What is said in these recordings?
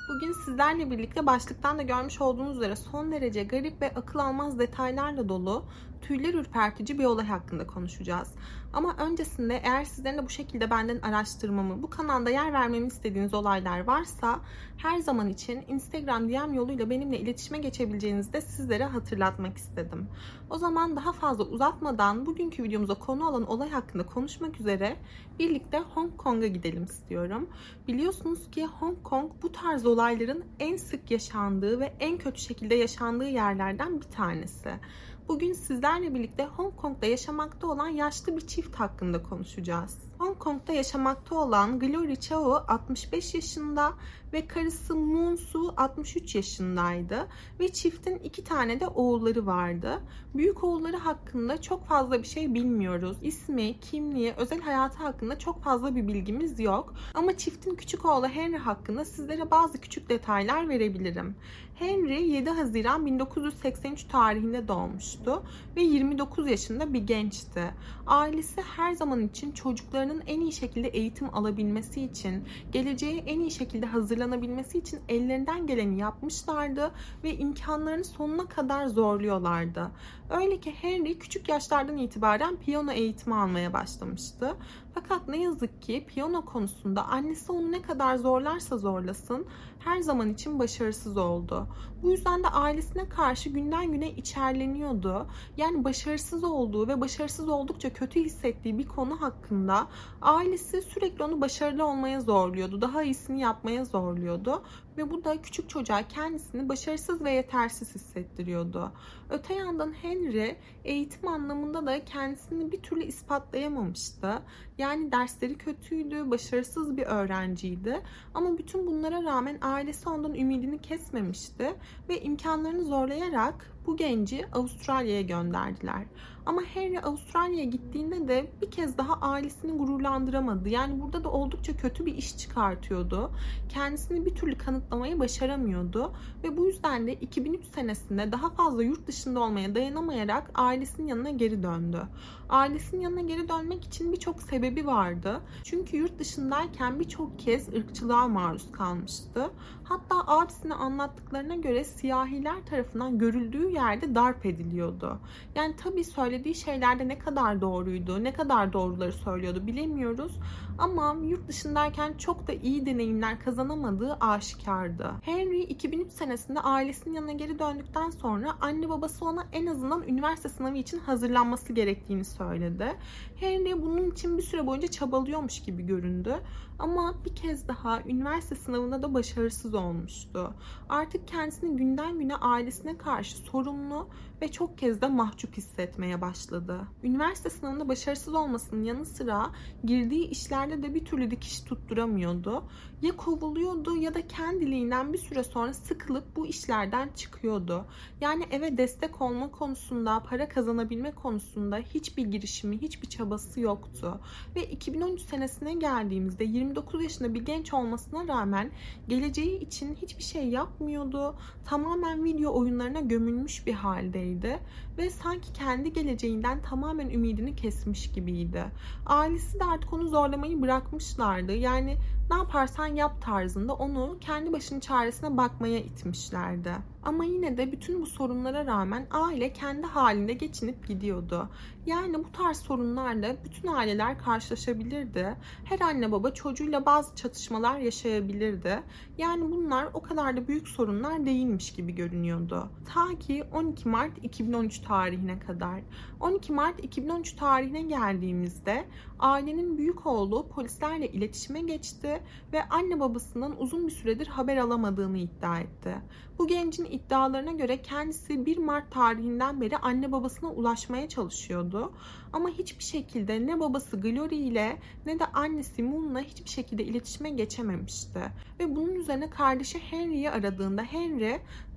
Bugün sizlerle birlikte başlıktan da görmüş olduğunuz üzere son derece garip ve akıl almaz detaylarla dolu, tüyler ürpertici bir olay hakkında konuşacağız. Ama öncesinde eğer sizlerin de bu şekilde benden araştırmamı, bu kanalda yer vermemi istediğiniz olaylar varsa her zaman için Instagram DM yoluyla benimle iletişime geçebileceğinizi de sizlere hatırlatmak istedim. O zaman daha fazla uzatmadan bugünkü videomuza konu olan olay hakkında konuşmak üzere birlikte Hong Kong'a gidelim istiyorum. Biliyorsunuz ki Hong Kong bu tarz olayların en sık yaşandığı ve en kötü şekilde yaşandığı yerlerden bir tanesi. Bugün sizlerle birlikte Hong Kong'da yaşamakta olan yaşlı bir çift hakkında konuşacağız. Hong Kong'da yaşamakta olan Glory Chao 65 yaşında ve karısı Moon Su 63 yaşındaydı ve çiftin 2 tane de oğulları vardı. Büyük oğulları hakkında çok fazla bir şey bilmiyoruz. İsmi, kimliği, özel hayatı hakkında çok fazla bir bilgimiz yok. Ama çiftin küçük oğlu Henry hakkında sizlere bazı küçük detaylar verebilirim. Henry 7 Haziran 1983 tarihinde doğmuştu ve 29 yaşında bir gençti. Ailesi her zaman için çocuklarının en iyi şekilde eğitim alabilmesi için, geleceğe en iyi şekilde hazırlanabilmesi için ellerinden geleni yapmışlardı ve imkanlarını sonuna kadar zorluyorlardı. Öyle ki Henry küçük yaşlardan itibaren piyano eğitimi almaya başlamıştı. Fakat ne yazık ki piyano konusunda annesi onu ne kadar zorlarsa zorlasın her zaman için başarısız oldu. Bu yüzden de ailesine karşı günden güne içerleniyordu. Yani başarısız olduğu ve başarısız oldukça kötü hissettiği bir konu hakkında ailesi sürekli onu başarılı olmaya zorluyordu. Daha iyisini yapmaya zorluyordu. Ve bu da küçük çocuğa kendisini başarısız ve yetersiz hissettiriyordu. Öte yandan Henry eğitim anlamında da kendisini bir türlü ispatlayamamıştı. Yani dersleri kötüydü, başarısız bir öğrenciydi. Ama bütün bunlara rağmen ailesi ondan ümidini kesmemişti ve imkanlarını zorlayarak bu genci Avustralya'ya gönderdiler. Ama Henry Avustralya'ya gittiğinde de bir kez daha ailesini gururlandıramadı. Yani burada da oldukça kötü bir iş çıkartıyordu. Kendisini bir türlü kanıtlamayı başaramıyordu. Ve bu yüzden de 2003 senesinde daha fazla yurt dışında olmaya dayanamayarak ailesinin yanına geri döndü. Ailesinin yanına geri dönmek için birçok sebebi vardı. Çünkü yurt dışındayken birçok kez ırkçılığa maruz kalmıştı. Hatta abisine anlattıklarına göre siyahiler tarafından görüldüğü yerde darp ediliyordu. Yani tabii söylediği şeylerde ne kadar doğruydu, ne kadar doğruları söylüyordu bilemiyoruz. Ama yurt dışındayken çok da iyi deneyimler kazanamadığı aşikardı. Henry 2003 senesinde ailesinin yanına geri döndükten sonra anne babası ona en azından üniversite sınavı için hazırlanması gerektiğini söyledi. Henry bunun için bir süre boyunca çabalıyormuş gibi göründü. Ama bir kez daha üniversite sınavında da başarısız olmuştu. Artık kendisini günden güne ailesine karşı sorumlu ve çok kez de mahcup hissetmeye başladı. Üniversite sınavında başarısız olmasının yanı sıra girdiği işlerde de bir türlü dikiş tutturamıyordu. Ya kovuluyordu ya da kendiliğinden bir süre sonra sıkılıp bu işlerden çıkıyordu. Yani eve destek olma konusunda, para kazanabilme konusunda hiçbir girişimi, hiçbir çabası yoktu. Ve 2013 senesine geldiğimizde 29 yaşında bir genç olmasına rağmen geleceği için hiçbir şey yapmıyordu. Tamamen video oyunlarına gömülmüş bir haldeydi ve sanki kendi geleceğinden tamamen ümidini kesmiş gibiydi. Ailesi de artık onu zorlamayı bırakmışlardı. Yani ne yaparsan yap tarzında onu kendi başının çaresine bakmaya itmişlerdi. Ama yine de bütün bu sorunlara rağmen aile kendi halinde geçinip gidiyordu. Yani bu tarz sorunlarla bütün aileler karşılaşabilirdi. Her anne baba çocuğuyla bazı çatışmalar yaşayabilirdi. Yani bunlar o kadar da büyük sorunlar değilmiş gibi görünüyordu. Ta ki 12 Mart 2013 tarihine kadar. 12 Mart 2013 tarihine geldiğimizde ailenin büyük oğlu polislerle iletişime geçti ve anne babasından uzun bir süredir haber alamadığını iddia etti. Bu gencin iddialarına göre kendisi 1 Mart tarihinden beri anne babasına ulaşmaya çalışıyordu. Ama hiçbir şekilde ne babası Glory ile ne de annesi Moon'la hiçbir şekilde iletişime geçememişti. Ve bunun üzerine kardeşi Henry'yi aradığında Henry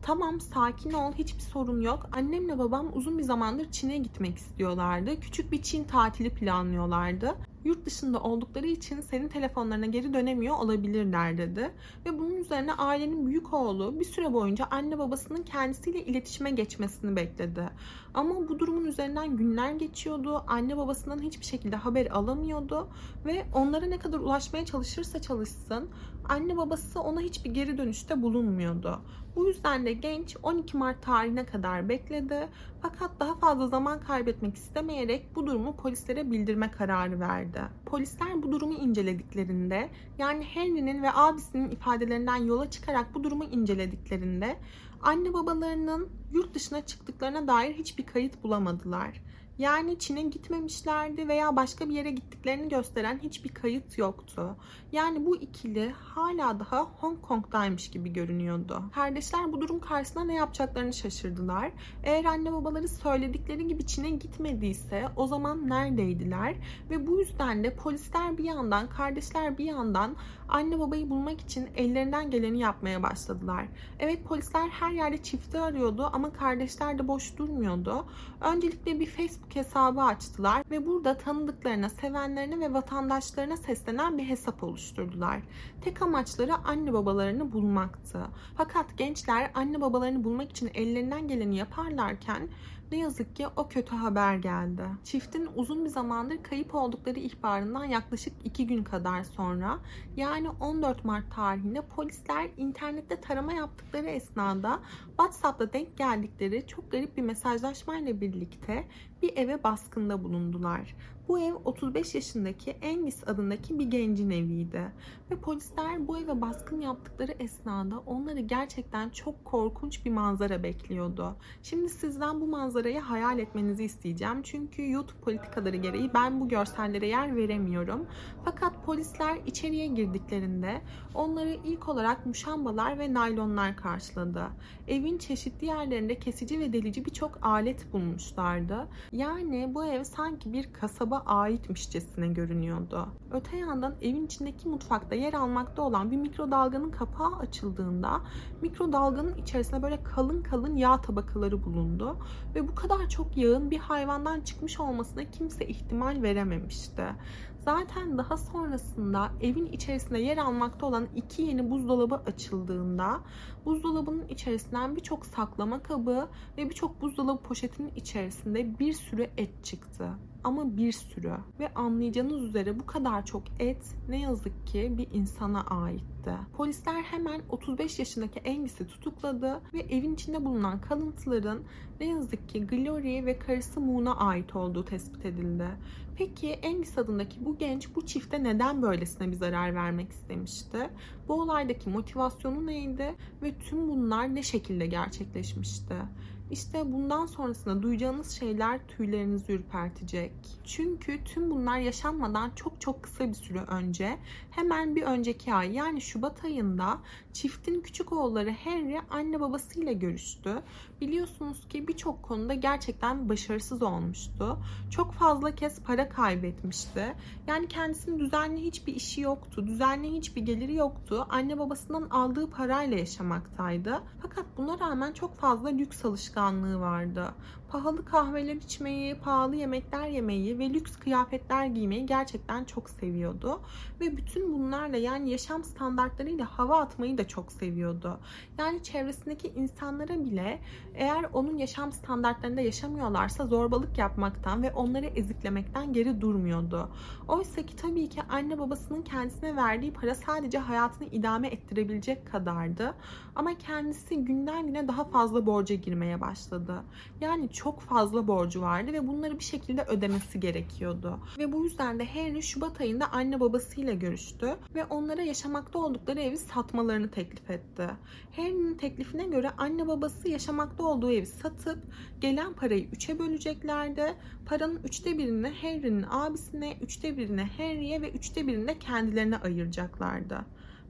Tamam, sakin ol, hiçbir sorun yok. Annemle babam uzun bir zamandır Çin'e gitmek istiyorlardı. Küçük bir Çin tatili planlıyorlardı. Yurt dışında oldukları için senin telefonlarına geri dönemiyor olabilirler dedi. Ve bunun üzerine ailenin büyük oğlu bir süre boyunca anne babasının kendisiyle iletişime geçmesini bekledi. Ama bu durumun üzerinden günler geçiyordu. Anne babasından hiçbir şekilde haber alamıyordu. Ve onlara ne kadar ulaşmaya çalışırsa çalışsın anne babası ona hiçbir geri dönüşte bulunmuyordu. Bu yüzden de genç 12 Mart tarihine kadar bekledi. Fakat daha fazla zaman kaybetmek istemeyerek bu durumu polislere bildirme kararı verdi. Polisler bu durumu incelediklerinde, yani Henry'nin ve abisinin ifadelerinden yola çıkarak bu durumu incelediklerinde anne babalarının yurt dışına çıktıklarına dair hiçbir kayıt bulamadılar. Yani Çin'e gitmemişlerdi veya başka bir yere gittiklerini gösteren hiçbir kayıt yoktu. Yani bu ikili hala daha Hong Kong'daymış gibi görünüyordu. Kardeşler bu durum karşısında ne yapacaklarını şaşırdılar. Eğer anne babaları söyledikleri gibi Çin'e gitmediyse o zaman neredeydiler? Ve bu yüzden de polisler bir yandan, kardeşler bir yandan anne babayı bulmak için ellerinden geleni yapmaya başladılar. Evet, polisler her yerde çifti arıyordu ama kardeşler de boş durmuyordu. Öncelikle bir Facebook hesabı açtılar ve burada tanıdıklarına, sevenlerine ve vatandaşlarına seslenen bir hesap oluşturdular. Tek amaçları anne babalarını bulmaktı. Fakat gençler anne babalarını bulmak için ellerinden geleni yaparlarken ne yazık ki o kötü haber geldi. Çiftin uzun bir zamandır kayıp oldukları ihbarından yaklaşık 2 gün kadar sonra, yani 14 Mart tarihinde polisler internette tarama yaptıkları esnada WhatsApp'ta denk geldikleri çok garip bir mesajlaşmayla birlikte bir eve baskında bulundular. Bu ev 35 yaşındaki Angus adındaki bir gencin eviydi. Ve polisler bu eve baskın yaptıkları esnada onları gerçekten çok korkunç bir manzara bekliyordu. Şimdi sizden bu manzarayı hayal etmenizi isteyeceğim. Çünkü YouTube politikaları gereği ben bu görsellere yer veremiyorum. Fakat polisler içeriye girdiklerinde onları ilk olarak muşambalar ve naylonlar karşıladı. Evin çeşitli yerlerinde kesici ve delici birçok alet bulmuşlardı. Yani bu ev sanki bir kasaba aitmişçesine görünüyordu. Öte yandan evin içindeki mutfakta yer almakta olan bir mikrodalganın kapağı açıldığında mikrodalganın içerisinde böyle kalın kalın yağ tabakaları bulundu ve bu kadar çok yağın bir hayvandan çıkmış olmasına kimse ihtimal verememişti. Zaten daha sonrasında evin içerisinde yer almakta olan 2 yeni buzdolabı açıldığında buzdolabının içerisinden birçok saklama kabı ve birçok buzdolabı poşetinin içerisinde bir sürü et çıktı. Ama bir sürü. Ve anlayacağınız üzere bu kadar çok et ne yazık ki bir insana aitti. Polisler hemen 35 yaşındaki Angus'u tutukladı ve evin içinde bulunan kalıntıların ne yazık ki Glory ve karısı Moon'a ait olduğu tespit edildi. Peki Angus adındaki bu genç bu çifte neden böylesine bir zarar vermek istemişti? Bu olaydaki motivasyonu neydi ve tüm bunlar ne şekilde gerçekleşmişti? İşte bundan sonrasında duyacağınız şeyler tüylerinizi ürpertecek. Çünkü tüm bunlar yaşanmadan çok kısa bir süre önce, hemen bir önceki ay yani Şubat ayında çiftin küçük oğulları Henry anne babasıyla görüştü. Biliyorsunuz ki birçok konuda gerçekten başarısız olmuştu. Çok fazla kez para kaybetmişti. Yani kendisinin düzenli hiçbir işi yoktu. Düzenli hiçbir geliri yoktu. Anne babasından aldığı parayla yaşamaktaydı. Fakat buna rağmen çok fazla lüks alışkanlığı vardı. Pahalı kahveler içmeyi, pahalı yemekler yemeyi ve lüks kıyafetler giymeyi gerçekten çok seviyordu. Ve bütün bunlarla yani yaşam standartlarıyla hava atmayı da çok seviyordu. Yani çevresindeki insanlara bile eğer onun yaşam standartlarında yaşamıyorlarsa zorbalık yapmaktan ve onları eziklemekten geri durmuyordu. Oysa ki tabii ki anne babasının kendisine verdiği para sadece hayatını idame ettirebilecek kadardı. Ama kendisi günden güne daha fazla borca girmeye başladı. Yani çok fazla borcu vardı ve bunları bir şekilde ödemesi gerekiyordu. Ve bu yüzden de Henry Şubat ayında anne babasıyla görüştü ve onlara yaşamakta oldukları evi satmalarını teklif etti. Henry'nin teklifine göre anne babası yaşamakta olduğu evi satıp gelen parayı 3'e böleceklerdi. Paranın 3'te birini Henry'nin abisine, 3'te birini Henry'ye ve 3'te birini de kendilerine ayıracaklardı.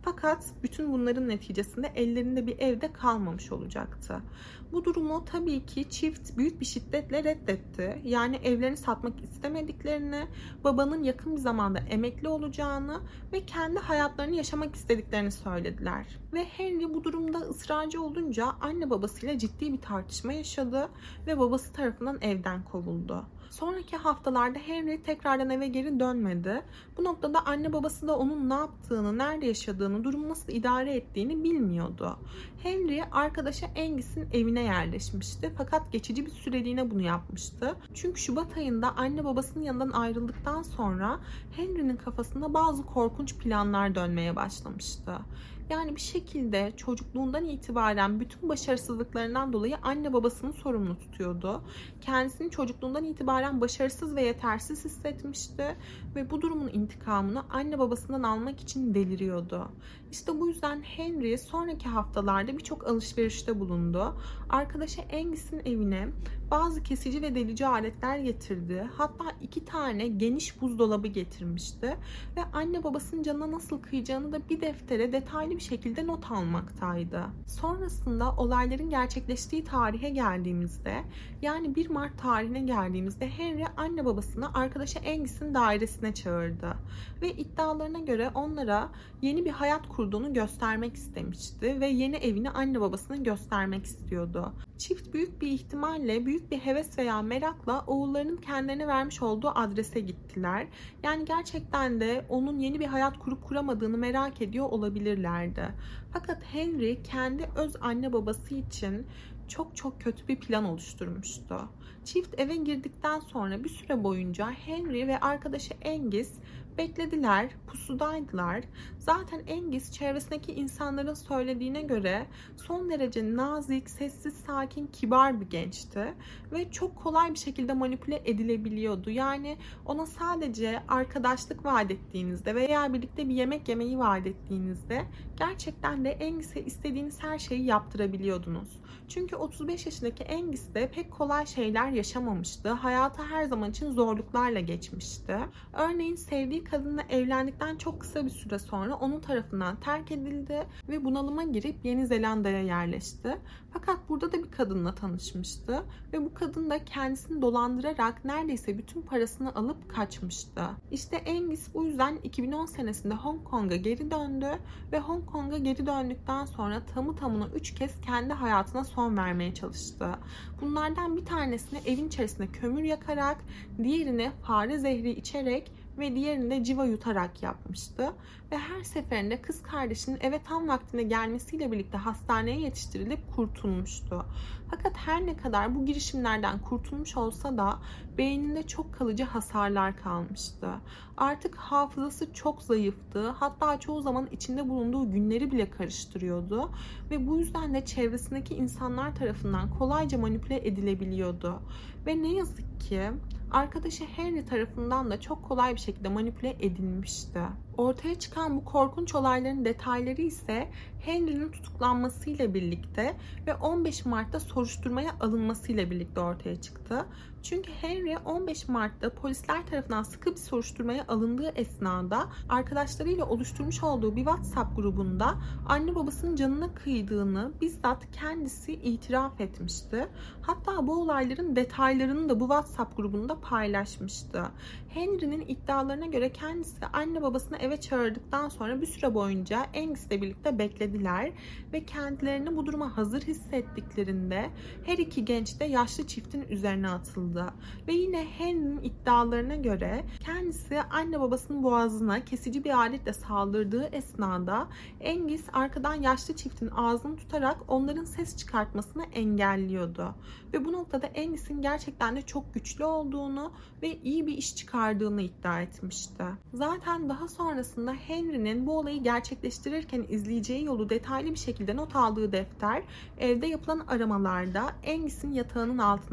Fakat bütün bunların neticesinde ellerinde bir evde kalmamış olacaktı. Bu durumu tabii ki çift büyük bir şiddetle reddetti. Yani evlerini satmak istemediklerini, babanın yakın bir zamanda emekli olacağını ve kendi hayatlarını yaşamak istediklerini söylediler. Ve Henry bu durumda ısrarcı olunca anne babasıyla ciddi bir tartışma yaşadı ve babası tarafından evden kovuldu. Sonraki haftalarda Henry tekrardan eve geri dönmedi. Bu noktada anne babası da onun ne yaptığını, nerede yaşadığını, durumu nasıl idare ettiğini bilmiyordu. Henry arkadaşı Angus'in evine yerleşmişti fakat geçici bir süreliğine bunu yapmıştı. Çünkü Şubat ayında anne babasının yanından ayrıldıktan sonra Henry'nin kafasında bazı korkunç planlar dönmeye başlamıştı. Yani bir şekilde çocukluğundan itibaren bütün başarısızlıklarından dolayı anne babasını sorumlu tutuyordu. Kendisini çocukluğundan itibaren başarısız ve yetersiz hissetmişti ve bu durumun intikamını anne babasından almak için deliriyordu. İşte bu yüzden Henry sonraki haftalarda birçok alışverişte bulundu. Arkadaşı Angus'in evine bazı kesici ve delici aletler getirdi. Hatta 2 tane geniş buzdolabı getirmişti ve anne babasının canına nasıl kıyacağını da bir deftere detaylı bir şekilde not almaktaydı. Sonrasında olayların gerçekleştiği tarihe geldiğimizde, yani 1 Mart tarihine geldiğimizde Henry anne babasını arkadaşı Angus'in dairesine çağırdı ve iddialarına göre onlara yeni bir hayat kurduğunu göstermek istemişti ve yeni evini anne babasına göstermek istiyordu. Çift büyük bir ihtimalle, büyük bir heves veya merakla oğullarının kendilerine vermiş olduğu adrese gittiler. Yani gerçekten de onun yeni bir hayat kurup kuramadığını merak ediyor olabilirlerdi. Fakat Henry kendi öz anne babası için çok kötü bir plan oluşturmuştu. Çift eve girdikten sonra bir süre boyunca Henry ve arkadaşı Angus beklediler, pusudaydılar. Zaten Angus çevresindeki insanların söylediğine göre son derece nazik, sessiz, sakin, kibar bir gençti ve çok kolay bir şekilde manipüle edilebiliyordu. Yani ona sadece arkadaşlık vaat ettiğinizde veya birlikte bir yemek yemeyi vaat ettiğinizde gerçekten de Angus'e istediğiniz her şeyi yaptırabiliyordunuz. Çünkü 35 yaşındaki Angus de pek kolay şeyler yaşamamıştı. Hayatı her zaman için zorluklarla geçmişti. Örneğin sevdiği kadınla evlendikten çok kısa bir süre sonra onun tarafından terk edildi ve bunalıma girip Yeni Zelanda'ya yerleşti. Fakat burada da bir kadınla tanışmıştı ve bu kadın da kendisini dolandırarak neredeyse bütün parasını alıp kaçmıştı. İşte Angus bu yüzden 2010 senesinde Hong Kong'a geri döndü ve Hong Kong'a geri döndükten sonra tamı tamına 3 kez kendi hayatına son vermeye çalıştı. Bunlardan bir tanesini evin içerisinde kömür yakarak, diğerini fare zehri içerek ve diğerini de civa yutarak yapmıştı. Ve her seferinde kız kardeşinin eve tam vaktinde gelmesiyle birlikte hastaneye yetiştirilip kurtulmuştu. Fakat her ne kadar bu girişimlerden kurtulmuş olsa da beyninde çok kalıcı hasarlar kalmıştı. Artık hafızası çok zayıftı. Hatta çoğu zaman içinde bulunduğu günleri bile karıştırıyordu. Ve bu yüzden de çevresindeki insanlar tarafından kolayca manipüle edilebiliyordu. Ve ne yazık ki arkadaşı Henry tarafından da çok kolay bir şekilde manipüle edilmişti. Ortaya çıkan bu korkunç olayların detayları ise Henry'nin tutuklanmasıyla birlikte ve 15 Mart'ta soruşturmaya alınmasıyla birlikte ortaya çıktı. Çünkü Henry 15 Mart'ta polisler tarafından sıkı bir soruşturmaya alındığı esnada arkadaşlarıyla oluşturmuş olduğu bir WhatsApp grubunda anne babasının canına kıydığını bizzat kendisi itiraf etmişti. Hatta bu olayların detaylarını da bu WhatsApp grubunda paylaşmıştı. Henry'nin iddialarına göre kendisi anne babasını eve çağırdıktan sonra bir süre boyunca Angus'le birlikte beklediler ve kendilerini bu duruma hazır hissettiklerinde her iki genç de yaşlı çiftin üzerine atıldı. Ve yine Henry'nin iddialarına göre kendisi anne babasının boğazına kesici bir aletle saldırdığı esnada Angus arkadan yaşlı çiftin ağzını tutarak onların ses çıkartmasını engelliyordu. Ve bu noktada Angus'in gerçekten de çok güçlü olduğunu ve iyi bir iş çıkardığını iddia etmişti. Zaten daha sonrasında Henry'nin bu olayı gerçekleştirirken izleyeceği yolu detaylı bir şekilde not aldığı defter evde yapılan aramalarda Angus'in yatağının altında çıktı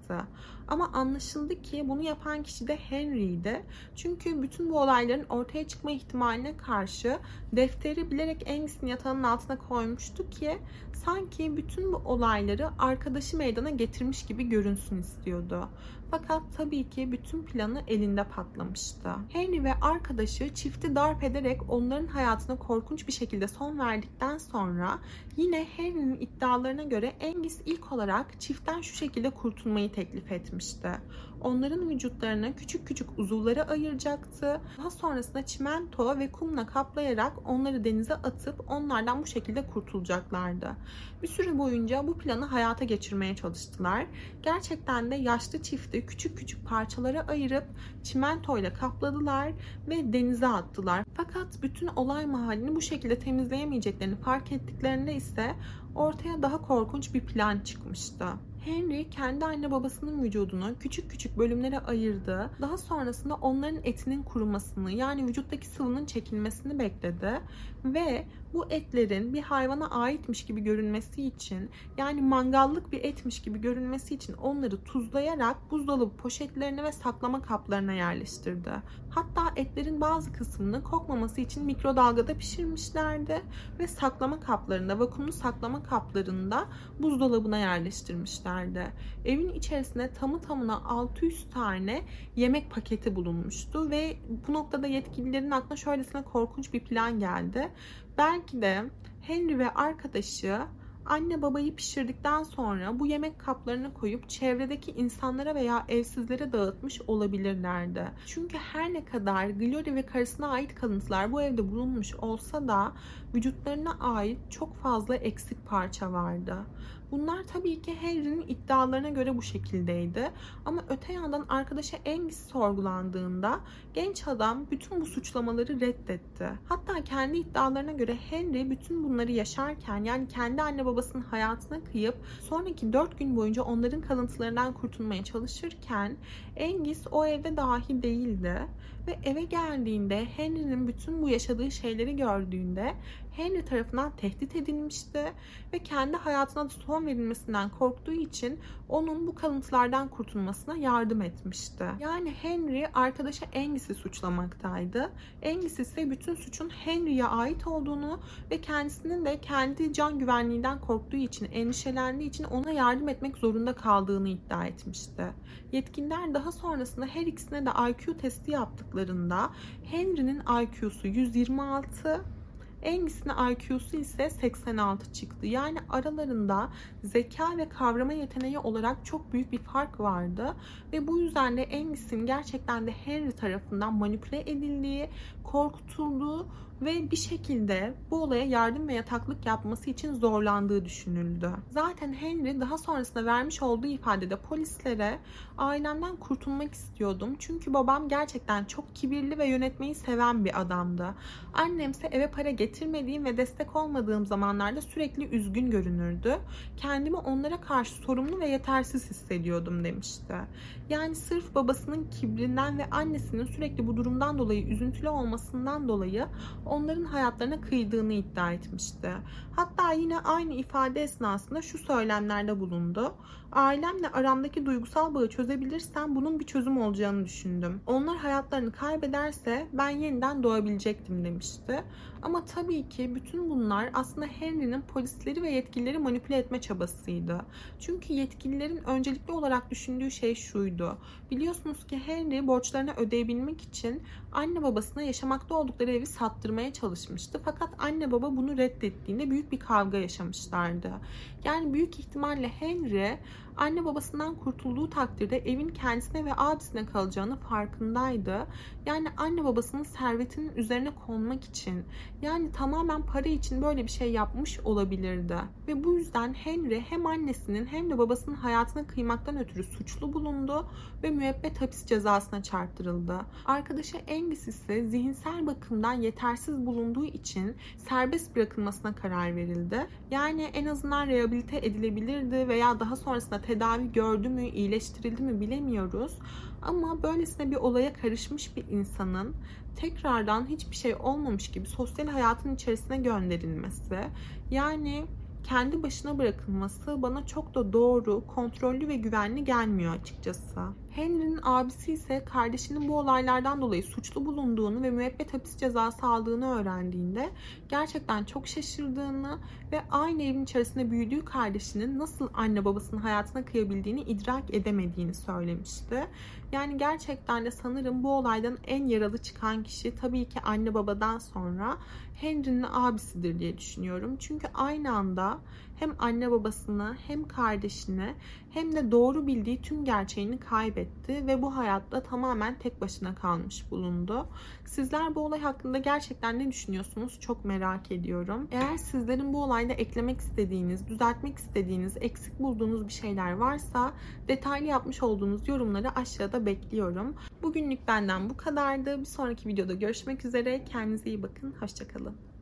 çıktı. Ama anlaşıldı ki bunu yapan kişi de Henry'ydi. Çünkü bütün bu olayların ortaya çıkma ihtimaline karşı defteri bilerek Angus'un yatağının altına koymuştu ki sanki bütün bu olayları arkadaşı meydana getirmiş gibi görünsün istiyordu. Fakat tabii ki bütün planı elinde patlamıştı. Henry ve arkadaşı çifti darp ederek onların hayatına korkunç bir şekilde son verdikten sonra yine Henry'nin iddialarına göre Angus ilk olarak çiftten şu şekilde kurtulmayı teklif etmişti. Onların vücutlarını küçük küçük uzuvlara ayıracaktı. Daha sonrasında çimento ve kumla kaplayarak onları denize atıp onlardan bu şekilde kurtulacaklardı. Bir süre boyunca bu planı hayata geçirmeye çalıştılar. Gerçekten de yaşlı çifti küçük küçük parçalara ayırıp çimentoyla kapladılar ve denize attılar. Fakat bütün olay mahallini bu şekilde temizleyemeyeceklerini fark ettiklerinde ise ortaya daha korkunç bir plan çıkmıştı. Henry kendi anne babasının vücudunu küçük küçük bölümlere ayırdı. Daha sonrasında onların etinin kurumasını, yani vücuttaki sıvının çekilmesini bekledi ve bu etlerin bir hayvana aitmiş gibi görünmesi için, yani mangallık bir etmiş gibi görünmesi için onları tuzlayarak buzdolabı poşetlerine ve saklama kaplarına yerleştirdi. Hatta etlerin bazı kısmını kokmaması için mikrodalgada pişirmişlerdi ve saklama kaplarında, vakumlu saklama kaplarında buzdolabına yerleştirmişlerdi. Evin içerisinde tamı tamına 600 tane yemek paketi bulunmuştu ve bu noktada yetkililerin aklına şöylesine korkunç bir plan geldi. Belki de Henry ve arkadaşı anne babayı pişirdikten sonra bu yemek kaplarına koyup çevredeki insanlara veya evsizlere dağıtmış olabilirlerdi. Çünkü her ne kadar Glory ve karısına ait kalıntılar bu evde bulunmuş olsa da vücutlarına ait çok fazla eksik parça vardı. Bunlar tabii ki Henry'nin iddialarına göre bu şekildeydi. Ama öte yandan arkadaşı Angus sorgulandığında genç adam bütün bu suçlamaları reddetti. Hatta kendi iddialarına göre Henry bütün bunları yaşarken, yani kendi anne babasının hayatına kıyıp sonraki 4 gün boyunca onların kalıntılarından kurtulmaya çalışırken Angus o evde dahi değildi. Ve eve geldiğinde Henry'nin bütün bu yaşadığı şeyleri gördüğünde Henry tarafından tehdit edilmişti ve kendi hayatına da son verilmesinden korktuğu için onun bu kalıntılardan kurtulmasına yardım etmişti. Yani Henry arkadaşı Angus'u suçlamaktaydı. Angus ise bütün suçun Henry'ye ait olduğunu ve kendisinin de kendi can güvenliğinden korktuğu için, endişelendiği için ona yardım etmek zorunda kaldığını iddia etmişti. Yetkililer daha sonrasında her ikisine de IQ testi yaptıklarında Henry'nin IQ'su 126, Angus'un IQ'su ise 86 çıktı. Yani aralarında zeka ve kavrama yeteneği olarak çok büyük bir fark vardı. Ve bu yüzden de Angus'un gerçekten de Henry tarafından manipüle edildiği, korkutulduğu ve bir şekilde bu olaya yardım ve yataklık yapması için zorlandığı düşünüldü. Zaten Henry daha sonrasında vermiş olduğu ifadede polislere ailemden kurtulmak istiyordum. Çünkü babam gerçekten çok kibirli ve yönetmeyi seven bir adamdı. Annemse eve para getirmediğim ve destek olmadığım zamanlarda sürekli üzgün görünürdü. Kendimi onlara karşı sorumlu ve yetersiz hissediyordum demişti. Yani sırf babasının kibrinden ve annesinin sürekli bu durumdan dolayı üzüntülü olmasından dolayı onların hayatlarına kıydığını iddia etmişti. Hatta yine aynı ifade esnasında şu söylemlerde bulundu. Ailemle aramdaki duygusal bağı çözebilirsem bunun bir çözüm olacağını düşündüm. Onlar hayatlarını kaybederse ben yeniden doğabilecektim demişti. Ama tabii ki bütün bunlar aslında Henry'nin polisleri ve yetkilileri manipüle etme çabasıydı. Çünkü yetkililerin öncelikli olarak düşündüğü şey şuydu. Biliyorsunuz ki Henry borçlarını ödeyebilmek için anne babasına yaşamakta oldukları evi sattırmaya çalışmıştı. Fakat anne baba bunu reddettiğinde büyük bir kavga yaşamışlardı. Yani büyük ihtimalle Henry anne babasından kurtulduğu takdirde evin kendisine ve abisine kalacağını farkındaydı. Yani anne babasının servetinin üzerine konmak için, yani tamamen para için böyle bir şey yapmış olabilirdi. Ve bu yüzden Henry hem annesinin hem de babasının hayatına kıymaktan ötürü suçlu bulundu ve müebbet hapis cezasına çarptırıldı. Arkadaşı Angus ise zihinsel bakımdan yetersiz bulunduğu için serbest bırakılmasına karar verildi. Yani en azından rehabilite edilebilirdi veya daha sonrasında tedavi gördü mü, iyileştirildi mi bilemiyoruz. Ama böylesine bir olaya karışmış bir insanın tekrardan hiçbir şey olmamış gibi sosyal hayatın içerisine gönderilmesi, yani kendi başına bırakılması bana çok da doğru, kontrollü ve güvenli gelmiyor açıkçası. Henry'nin abisi ise kardeşinin bu olaylardan dolayı suçlu bulunduğunu ve müebbet hapis cezası aldığını öğrendiğinde gerçekten çok şaşırdığını ve aynı evin içerisinde büyüdüğü kardeşinin nasıl anne babasının hayatına kıyabildiğini idrak edemediğini söylemişti. Yani gerçekten de sanırım bu olaydan en yaralı çıkan kişi tabii ki anne babadan sonra Henry'nin abisidir diye düşünüyorum. Çünkü aynı anda hem anne babasını hem kardeşini hem de doğru bildiği tüm gerçeğini kaybetti ve bu hayatta tamamen tek başına kalmış bulundu. Sizler bu olay hakkında gerçekten ne düşünüyorsunuz? Çok merak ediyorum. Eğer sizlerin bu olayda eklemek istediğiniz, düzeltmek istediğiniz, eksik bulduğunuz bir şeyler varsa detaylı yapmış olduğunuz yorumları aşağıda bekliyorum. Bugünlük benden bu kadardı. Bir sonraki videoda görüşmek üzere. Kendinize iyi bakın. Hoşça kalın.